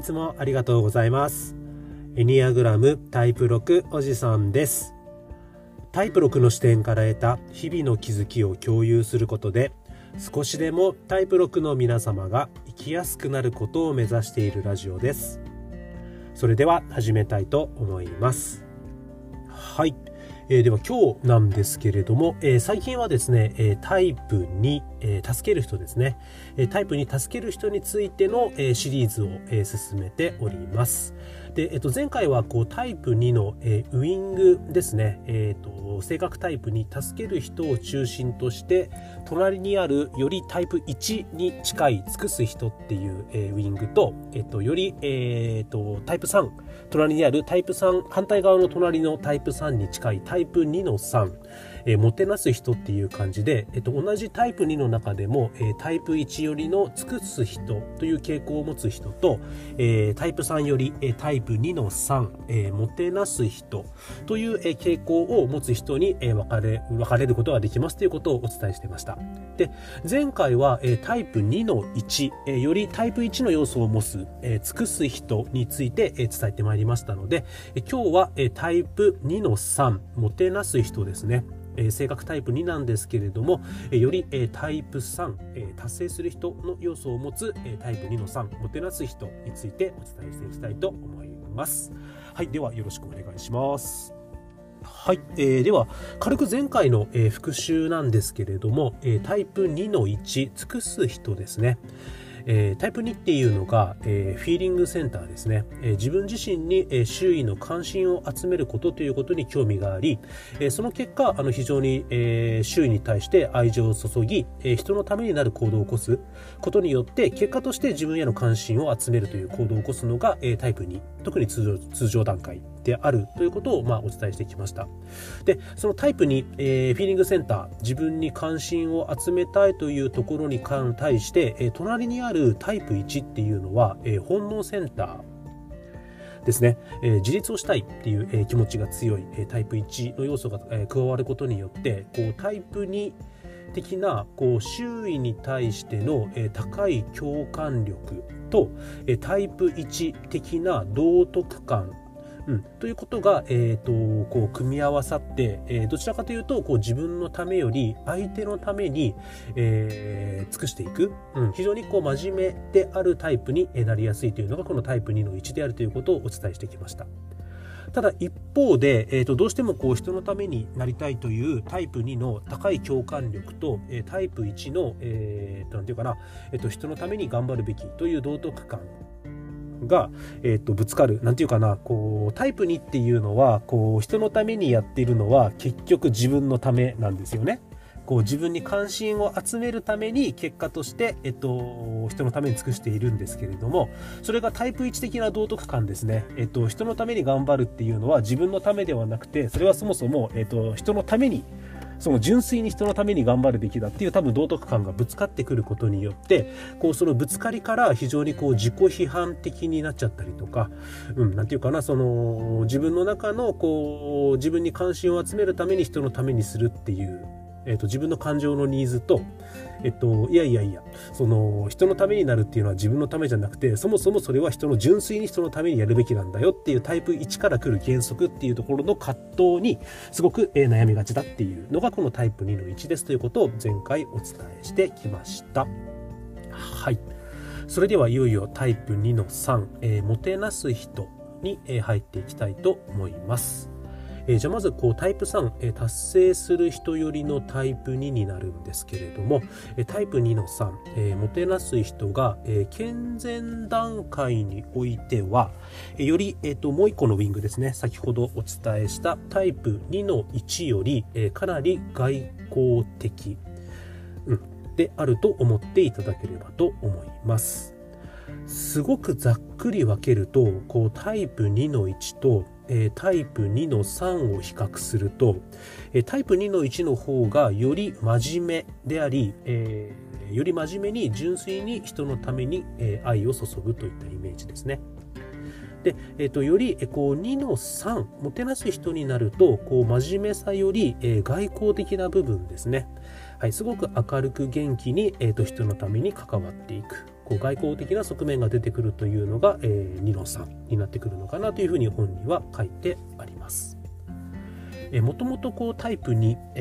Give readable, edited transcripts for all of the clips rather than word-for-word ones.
つもありがとうございます。エニアグラムタイプ6おじさんです。タイプ6の視点から得た日々の気づきを共有することで、少しでもタイプ6の皆様が生きやすくなることを目指しているラジオです。それでは始めたいと思います。はい、では今日なんですけれども、最近はですね、タイプに、助ける人ですね、タイプに助ける人についての、シリーズを、進めております。で、前回はタイプ2の、ウイングですね、性格タイプに助ける人を中心として隣にあるよりタイプ1に近い尽くす人っていう、ウイングと、より、タイプ3、隣にあるタイプ3、反対側の隣のタイプ3に近いタイプ2の3、もてなす人っていう感じで、同じタイプ2の中でも、タイプ1よりの尽くす人という傾向を持つ人と、タイプ3より、タイプ2の3、もてなす人という、傾向を持つ人に、分かれることができますということをお伝えしていました。で、前回は、タイプ2の1、よりタイプ1の要素を持つ、尽くす人について、伝えてまいりましたので、今日は、タイプ2の3、もてなす人ですね。性格タイプ2なんですけれども、よりタイプ3、達成する人の要素を持つタイプ2の3、もてなす人についてお伝えしていきたいと思います。はい、ではよろしくお願いします。はい、では軽く前回の、復習なんですけれども、タイプ2の1、尽くす人ですね。タイプ2っていうのが、フィーリングセンターですね。自分自身に、周囲の関心を集めることということに興味があり、その結果非常に、周囲に対して愛情を注ぎ、人のためになる行動を起こすことによって結果として自分への関心を集めるという行動を起こすのが、タイプ2、特に通常段階であるということを、お伝えしてきました。で、そのタイプ2、フィーリングセンター、自分に関心を集めたいというところに対して、隣にあるタイプ1っていうのは、本能センターですね。自立をしたいっていう、気持ちが強い、タイプ1の要素が、加わることによってタイプ2的な周囲に対しての、高い共感力と、タイプ1的な道徳感ということが、組み合わさって、どちらかというと自分のためより相手のために、尽くしていく、非常に真面目であるタイプになりやすいというのがこのタイプ2の1であるということをお伝えしてきました。ただ一方で、どうしても人のためになりたいというタイプ2の高い共感力と、タイプ1の、なんていうかな、人のために頑張るべきという道徳感が、ぶつかる、なんていうかな、タイプ2っていうのは人のためにやっているのは結局自分のためなんですよね。自分に関心を集めるために結果として、人のために尽くしているんですけれども、それがタイプ1的な道徳感ですね。人のために頑張るっていうのは自分のためではなくて、それはそもそも、人のために、その純粋に人のために頑張るべきだっていう多分道徳感がぶつかってくることによってそのぶつかりから非常に自己批判的になっちゃったりとか、なんていうかな、その自分の中の自分に関心を集めるために人のためにするっていう、自分の感情のニーズと、いやその人のためになるっていうのは自分のためじゃなくて、そもそもそれは純粋に人のためにやるべきなんだよっていうタイプ1から来る原則っていうところの葛藤にすごく悩みがちだっていうのがこのタイプ2の1ですということを前回お伝えしてきました。はい、それではいよいよタイプ2の3、もてなす人に入っていきたいと思います。じゃあまずタイプ3、達成する人よりのタイプ2になるんですけれども、タイプ2の3、もてなす人が、健全段階においては、より、もう一個のウィングですね、先ほどお伝えしたタイプ2の1より、かなり外交的、であると思っていただければと思います。すごくざっくり分けるとタイプ2の1とタイプ2の3を比較すると、タイプ2の1の方がより真面目であり、より真面目に純粋に人のために愛を注ぐといったイメージですね。で、より2の3、もてなす人になると真面目さより外交的な部分ですね。はい、すごく明るく元気に人のために関わっていく。 外交的な側面が出てくるというのが、2の3になってくるのかなというふうに本には書いてあります。もともとタイプ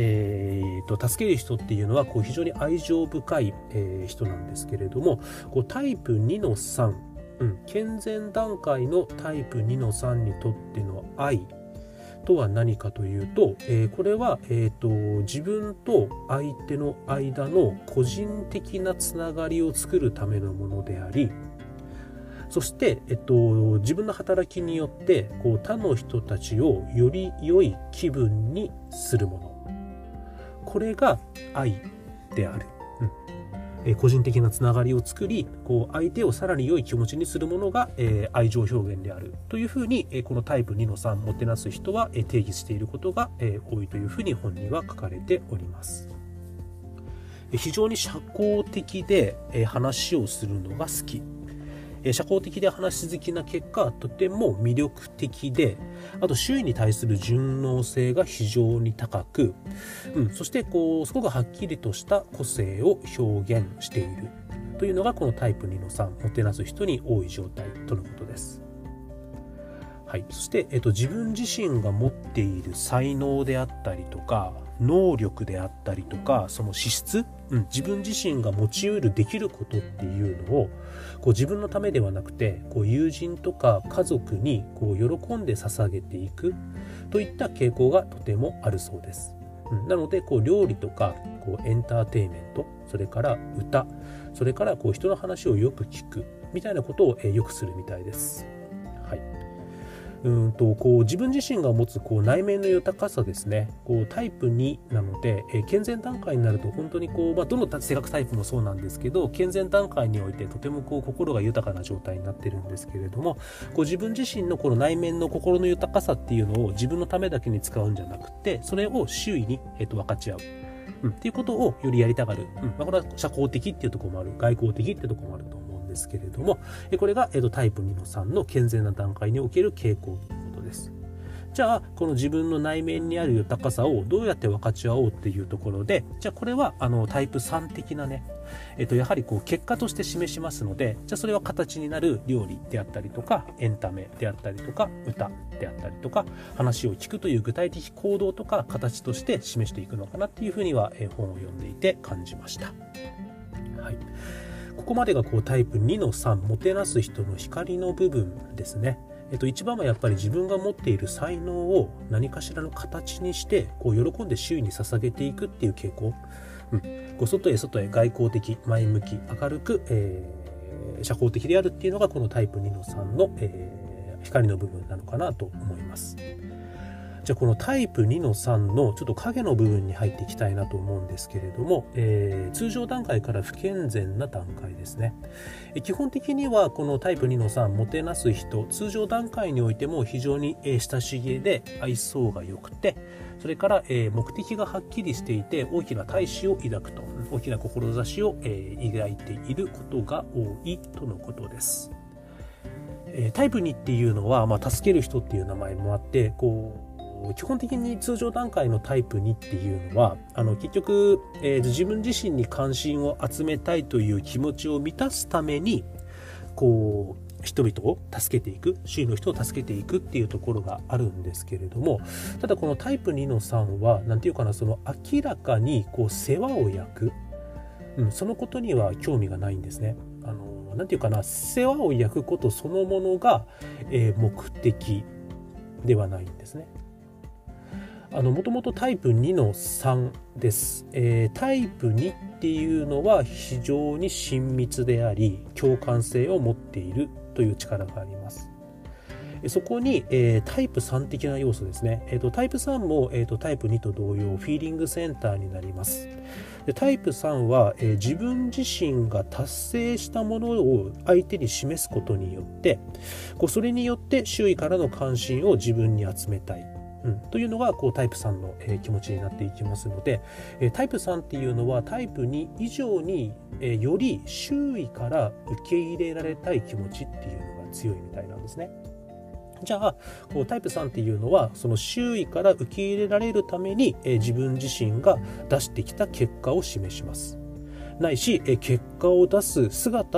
2、助ける人っていうのは非常に愛情深い、人なんですけれども、タイプ2の3、健全段階のタイプ2の3にとっての愛とは何かというと、これは、自分と相手の間の個人的なつながりを作るためのものであり、そして、自分の働きによって他の人たちをより良い気分にするもの、これが愛である。個人的なつながりを作り、相手をさらに良い気持ちにするものが、愛情表現であるというふうに、このタイプ2の3もてなす人は、定義していることが、多いというふうに本には書かれております。非常に社交的で、話をするのが好き。社交的で話好きな結果、とても魅力的で、あと周囲に対する順応性が非常に高く、そしてすごくはっきりとした個性を表現しているというのがこのタイプ2の3、もてなす人に多い状態とのことです。はい、そして、自分自身が持っている才能であったりとか能力であったりとか、その資質、自分自身が持ち得るできることっていうのを自分のためではなくて友人とか家族に喜んで捧げていくといった傾向がとてもあるそうです。なので料理とかエンターテインメント、それから歌、それから人の話をよく聞くみたいなことをよくするみたいです。はい。自分自身が持つ内面の豊かさですね。タイプ2なので、健全段階になると本当にどの性格タイプもそうなんですけど、健全段階においてとても心が豊かな状態になってるんですけれども、自分自身の内面の心の豊かさっていうのを自分のためだけに使うんじゃなくて、それを周囲に、分かち合う。っていうことをよりやりたがる。これは社交的っていうところもある、外交的っていうところもあると思うんですけれども、これがタイプ2の3の健全な段階における傾向ということです。じゃあこの自分の内面にある豊かさをどうやって分かち合おうっていうところで、じゃあこれはタイプ3的なね、やはり結果として示しますので、じゃあそれは形になる料理であったりとかエンタメであったりとか歌であったりとか話を聞くという具体的行動とか形として示していくのかなっていうふうには本を読んでいて感じました。はい、ここまでがタイプ2の3、もてなす人の光の部分ですね。一番はやっぱり自分が持っている才能を何かしらの形にして喜んで周囲に捧げていくっていう傾向、外へ外へ外交的、前向き、明るく、社交的であるっていうのがこのタイプ2の3の、光の部分なのかなと思います。じゃあこのタイプ2の3のちょっと影の部分に入っていきたいなと思うんですけれども、通常段階から不健全な段階ですね。基本的にはこのタイプ2の3、もてなす人、通常段階においても非常に親しげで愛想が良くて、それから目的がはっきりしていて大きな大志を抱くと、大きな志を抱いていることが多いとのことです。タイプ2っていうのは、助ける人っていう名前もあって、基本的に通常段階のタイプ2っていうのは結局、自分自身に関心を集めたいという気持ちを満たすために人々を助けていく、周囲の人を助けていくっていうところがあるんですけれども、ただこのタイプ2の3はなんていうかな、その明らかに世話を焼く、そのことには興味がないんですね。なんていうかな、世話を焼くことそのものが、目的ではないんですね。もともとタイプ2の3です。タイプ2っていうのは非常に親密であり共感性を持っているという力があります。そこに、タイプ3的な要素ですね。タイプ3も、タイプ2と同様フィーリングセンターになります。でタイプ3は、自分自身が達成したものを相手に示すことによってそれによって周囲からの関心を自分に集めたい。というのがタイプ3の、気持ちになっていきますので、タイプ3っていうのはタイプ2以上に、より周囲から受け入れられたい気持ちっていうのが強いみたいなんですね。じゃあタイプ3っていうのはその周囲から受け入れられるために、自分自身が出してきた結果を示します。ないし、結果を出す姿を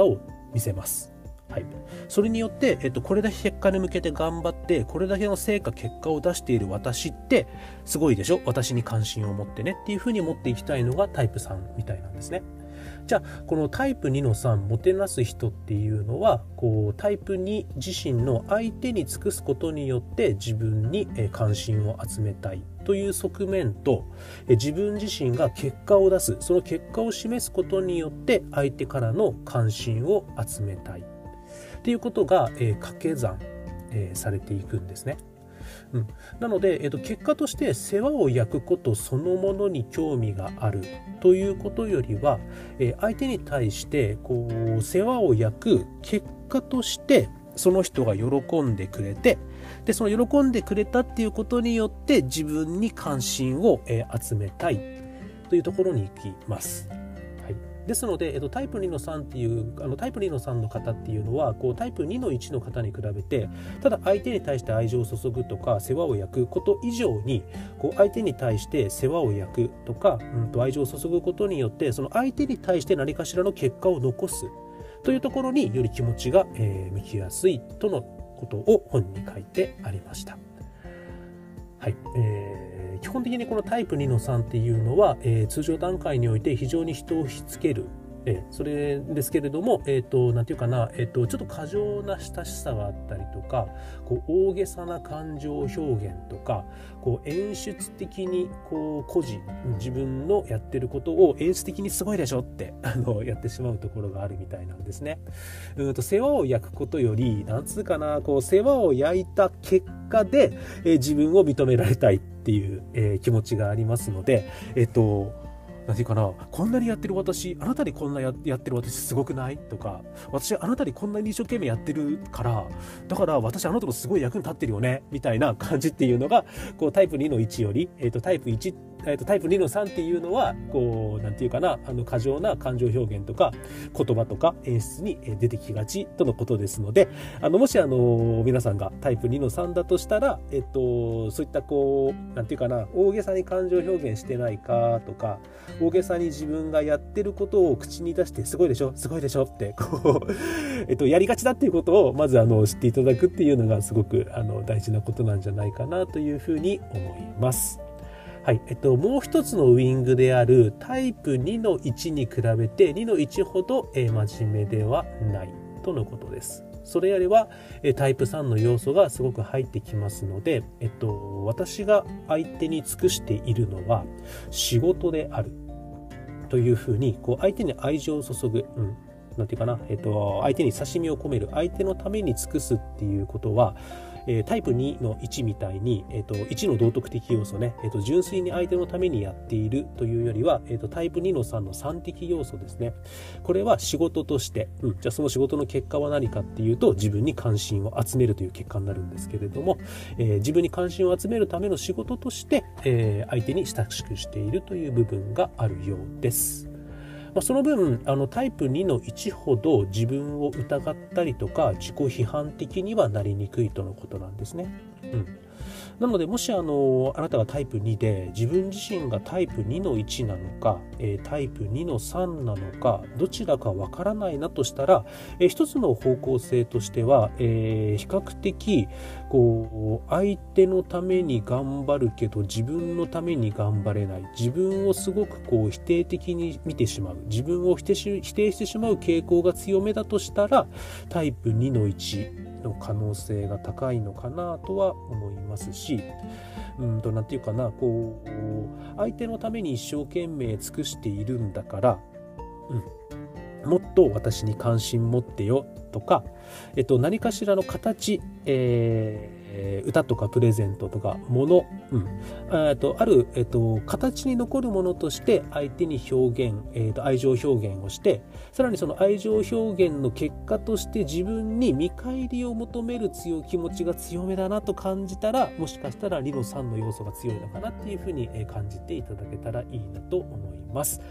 見せます。はい、それによって、これだけ結果に向けて頑張ってこれだけの結果を出している私ってすごいでしょ、私に関心を持ってねっていうふうに持っていきたいのがタイプ3みたいなんですね。じゃあこのタイプ2の3、もてなす人っていうのはタイプ2自身の相手に尽くすことによって自分に関心を集めたいという側面と、自分自身が結果を出す、その結果を示すことによって相手からの関心を集めたいっていうことが、掛け算、されていくんですね。なので、結果として世話を焼くことそのものに興味があるということよりは、相手に対して世話を焼く結果としてその人が喜んでくれて、でその喜んでくれたっていうことによって自分に関心を集めたいというところに行きます。ですので、タイプ2の3っていうタイプ2の3の方っていうのはタイプ2の1の方に比べて、ただ相手に対して愛情を注ぐとか世話を焼くこと以上に相手に対して世話を焼くとか、愛情を注ぐことによってその相手に対して何かしらの結果を残すというところにより気持ちが向きやすいとのことを本に書いてありました。はい、基本的にこのタイプ2の3っていうのは、通常段階において非常に人を引きつける、それですけれども、なんていうかな、ちょっと過剰な親しさがあったりとか、大げさな感情表現とか、演出的に自分のやってることを演出的にすごいでしょってやってしまうところがあるみたいなんですね。世話を焼くことより、なんつうかな、世話を焼いた結果で、自分を認められたいっていう、気持ちがありますので、なんていうかな、こんなにやってる私、あなたにこんなやってる私すごくないとか、私あなたにこんなに一生懸命やってるから、だから私あなたのすごい役に立ってるよねみたいな感じっていうのがタイプ2の1より、タイプ2の3っていうのはなんていうかな、過剰な感情表現とか言葉とか演出に出てきがちとのことですので、もし皆さんがタイプ2の3だとしたら、そういったなんていうかな、大げさに感情表現してないかとか、大げさに自分がやってることを口に出してすごいでしょすごいでしょってやりがちだっていうことをまず知っていただくっていうのがすごく大事なことなんじゃないかなというふうに思います。はい、もう一つのウイングであるタイプ2の1に比べて2の1ほど真面目ではないとのことです。それよりはタイプ3の要素がすごく入ってきますので、私が相手に尽くしているのは仕事であるというふうに相手に愛情を注ぐ、なんていうかな、相手に親しみを込める、相手のために尽くすっていうことはタイプ2の1みたいに、1の道徳的要素ね、純粋に相手のためにやっているというよりは、タイプ2の3の3的要素ですね。これは仕事として、じゃあその仕事の結果は何かっていうと、自分に関心を集めるという結果になるんですけれども、自分に関心を集めるための仕事として、相手に親しくしているという部分があるようです。その分タイプ2の1ほど自分を疑ったりとか自己批判的にはなりにくいとのことなんですね。なのでもしあなたがタイプ2で自分自身がタイプ2の1なのか、タイプ2の3なのかどちらかわからないなとしたら、一つの方向性としては、比較的相手のために頑張るけど自分のために頑張れない、自分をすごく否定的に見てしまう、自分を否定してしまう傾向が強めだとしたらタイプ2の1の可能性が高いのかなとは思いますし、なんていうかな、相手のために一生懸命尽くしているんだから、もっと私に関心持ってよとか、何かしらの形、歌とかプレゼントとか物、ある、形に残るものとして相手に表現、愛情表現をして、さらにその愛情表現の結果として自分に見返りを求める気持ちが強めだなと感じたら、もしかしたら2の3の要素が強いのかなっていうふうに感じていただけたらいいなと思います。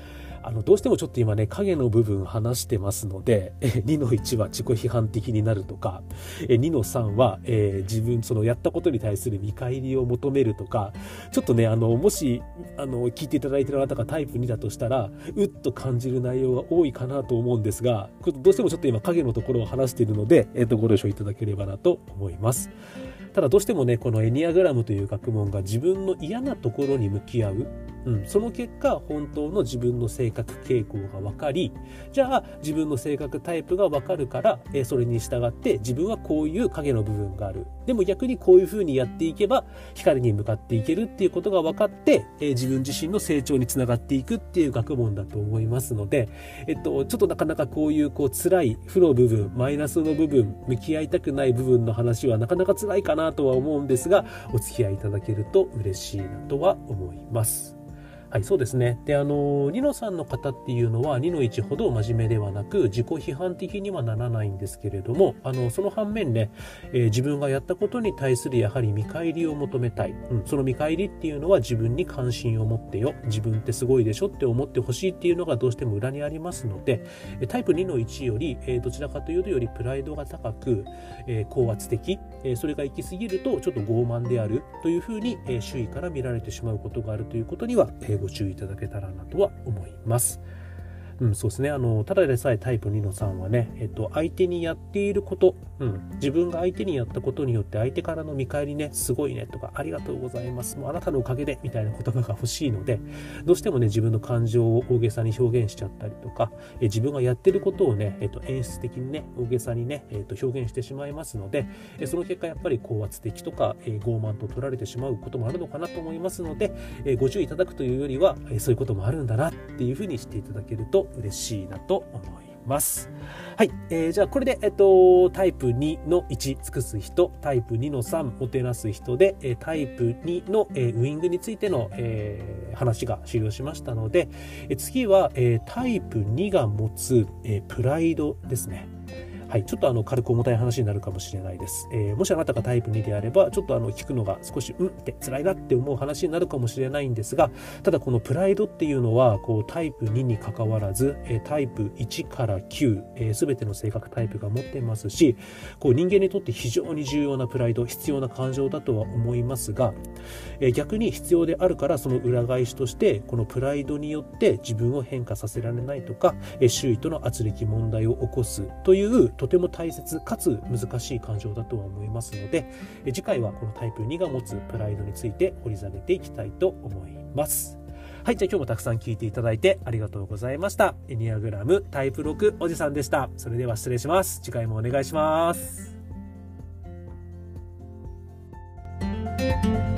どうしてもちょっと今ね、影の部分話してますので、2の1は自己批判的になるとか、2の3は、自分、やったことに対する見返りを求めるとか、ちょっとね、もし、聞いていただいている方がタイプ2だとしたら、うっと感じる内容が多いかなと思うんですが、どうしてもちょっと今影のところを話しているので、ご了承いただければなと思います。ただどうしてもね、このエニアグラムという学問が自分の嫌なところに向き合う、その結果本当の自分の性格傾向が分かり、じゃあ自分の性格タイプが分かるから、それに従って自分はこういう影の部分がある、でも逆にこういう風にやっていけば光に向かっていけるっていうことが分かって、自分自身の成長につながっていくっていう学問だと思いますので、ちょっとなかなかこういう辛い負の部分、マイナスの部分、向き合いたくない部分の話はなかなか辛いかなとは思うんですが、お付き合いいただけると嬉しいなとは思います。はい、そうですね。で、2の3の方っていうのは2の1ほど真面目ではなく、自己批判的にはならないんですけれども、その反面ね、自分がやったことに対するやはり見返りを求めたい。その見返りっていうのは自分に関心を持ってよ。自分ってすごいでしょって思ってほしいっていうのがどうしても裏にありますので、タイプ2の1より、どちらかというとよりプライドが高く、高圧的、それが行き過ぎるとちょっと傲慢であるというふうに、周囲から見られてしまうことがあるということには、ご注意いただけたらなとは思います。そうですね。ただでさえタイプ2の3はね、相手にやっていること、自分が相手にやったことによって相手からの見返りね、すごいねとか、ありがとうございます、もうあなたのおかげでみたいな言葉が欲しいので、どうしてもね、自分の感情を大げさに表現しちゃったりとか、自分がやってることをね、演出的にね、大げさにね、表現してしまいますので、その結果やっぱり高圧的とか、傲慢と取られてしまうこともあるのかなと思いますので、ご注意いただくというよりは、そういうこともあるんだなっていうふうにしていただけると嬉しいなと思います。はい、じゃあこれで、タイプ2の1尽くす人、タイプ2の3もてなす人で、タイプ2の、ウイングについての、話が終了しましたので、次は、タイプ2が持つ、プライドですね。はい、ちょっと軽く重たい話になるかもしれないです。もしあなたがタイプ2であれば、ちょっと聞くのが少しって辛いなって思う話になるかもしれないんですが、ただこのプライドっていうのはタイプ2に関わらず、タイプ1から9、全ての性格タイプが持っていますし、人間にとって非常に重要なプライド、必要な感情だとは思いますが、逆に必要であるからその裏返しとしてこのプライドによって自分を変化させられないとか、周囲との圧力問題を起こすというとても大切かつ難しい感情だとは思いますので、次回はこのタイプ2が持つプライドについて掘り下げていきたいと思います。はい、じゃあ今日もたくさん聞いていただいてありがとうございました。エニアグラムタイプ6おじさんでした。それでは失礼します。次回もお願いします。